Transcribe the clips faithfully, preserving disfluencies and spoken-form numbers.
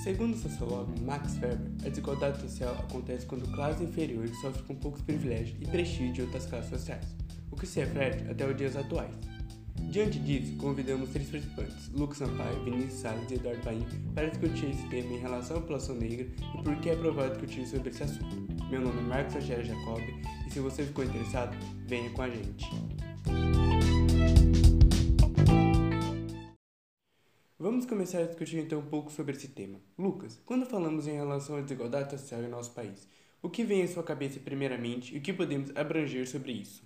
Segundo o sociólogo Max Weber, a desigualdade social acontece quando classes inferiores sofrem com poucos privilégios e prestígio de outras classes sociais, o que se reflete até os dias atuais. Diante disso, convidamos três participantes, Lucas Sampaio, Vinícius Salles e Eduardo Paim, para discutir esse tema em relação à população negra e por que é aprovado discutir sobre esse assunto. Meu nome é Marcos Rogério Jacob e se você ficou interessado, venha com a gente. Vamos começar a discutir então um pouco sobre esse tema. Lucas, quando falamos em relação à desigualdade social em nosso país, o que vem em sua cabeça primeiramente e o que podemos abranger sobre isso?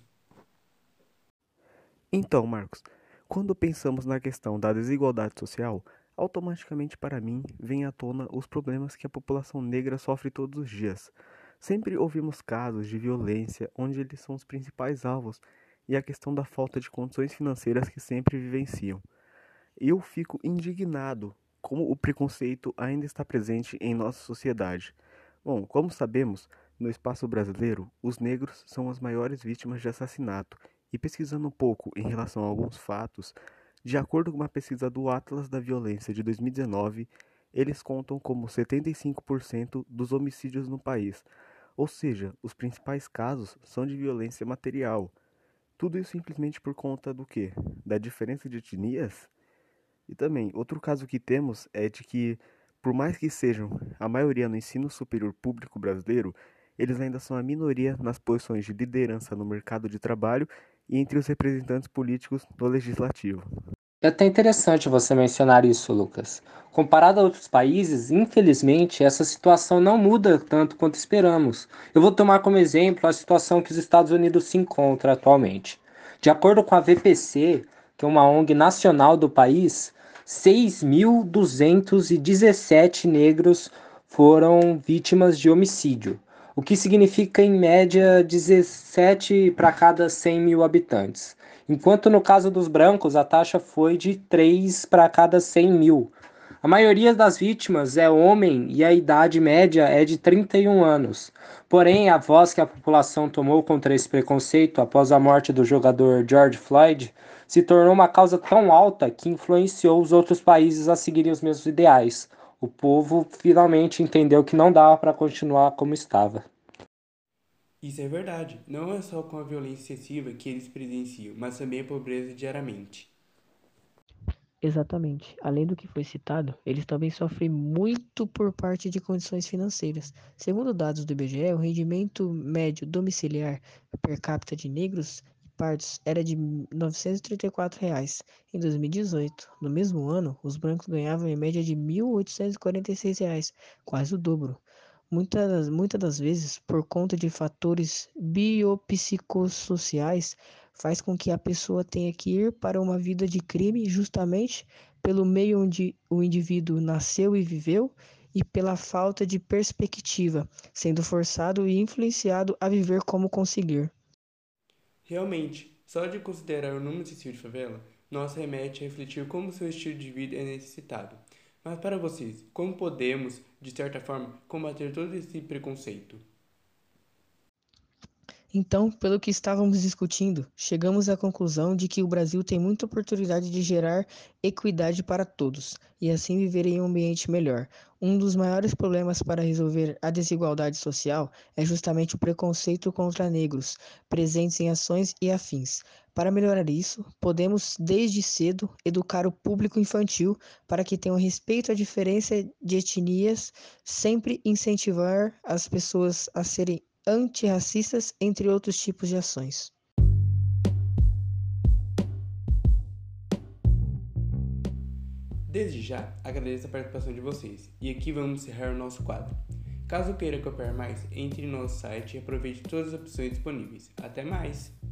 Então, Marcos, quando pensamos na questão da desigualdade social, automaticamente para mim vem à tona os problemas que a população negra sofre todos os dias. Sempre ouvimos casos de violência onde eles são os principais alvos e a questão da falta de condições financeiras que sempre vivenciam. Eu fico indignado como o preconceito ainda está presente em nossa sociedade. Bom, como sabemos, no espaço brasileiro, os negros são as maiores vítimas de assassinato, e pesquisando um pouco em relação a alguns fatos, de acordo com uma pesquisa do Atlas da Violência de dois mil e dezenove, eles contam como setenta e cinco por cento dos homicídios no país, ou seja, os principais casos são de violência material. Tudo isso simplesmente por conta do quê? Da diferença de etnias? E também, outro caso que temos é de que, por mais que sejam a maioria no ensino superior público brasileiro, eles ainda são a minoria nas posições de liderança no mercado de trabalho e entre os representantes políticos no legislativo. É até interessante você mencionar isso, Lucas. Comparado a outros países, infelizmente, essa situação não muda tanto quanto esperamos. Eu vou tomar como exemplo a situação que os Estados Unidos se encontram atualmente. De acordo com a V P C, que é uma O N G nacional do país, seis mil duzentos e dezessete negros foram vítimas de homicídio, o que significa, em média, dezessete para cada cem mil habitantes. Enquanto no caso dos brancos, a taxa foi de três para cada cem mil. A maioria das vítimas é homem e a idade média é de trinta e um anos. Porém, a voz que a população tomou contra esse preconceito após a morte do jogador George Floyd se tornou uma causa tão alta que influenciou os outros países a seguirem os mesmos ideais. O povo finalmente entendeu que não dava para continuar como estava. Isso é verdade, não é só com a violência excessiva que eles presenciam, mas também a pobreza diariamente. Exatamente. Além do que foi citado, eles também sofrem muito por parte de condições financeiras. Segundo dados do I B G E, o rendimento médio domiciliar per capita de negros e pardos era de novecentos e trinta e quatro reais. Em dois mil e dezoito, no mesmo ano, os brancos ganhavam em média de mil oitocentos e quarenta e seis reais, quase o dobro. Muitas, muitas das vezes, por conta de fatores biopsicossociais, faz com que a pessoa tenha que ir para uma vida de crime justamente pelo meio onde o indivíduo nasceu e viveu e pela falta de perspectiva, sendo forçado e influenciado a viver como conseguir. Realmente, só de considerar o número excessivo de favela, nos remete a refletir como seu estilo de vida é necessitado. Mas para vocês, como podemos, de certa forma, combater todo esse preconceito? Então, pelo que estávamos discutindo, chegamos à conclusão de que o Brasil tem muita oportunidade de gerar equidade para todos e assim viver em um ambiente melhor. Um dos maiores problemas para resolver a desigualdade social é justamente o preconceito contra negros, presentes em ações e afins. Para melhorar isso, podemos, desde cedo, educar o público infantil para que tenham respeito à diferença de etnias, sempre incentivar as pessoas a serem antirracistas, entre outros tipos de ações. Desde já, agradeço a participação de vocês, e aqui vamos encerrar o nosso quadro. Caso queira acompanhar mais, entre no nosso site e aproveite todas as opções disponíveis. Até mais!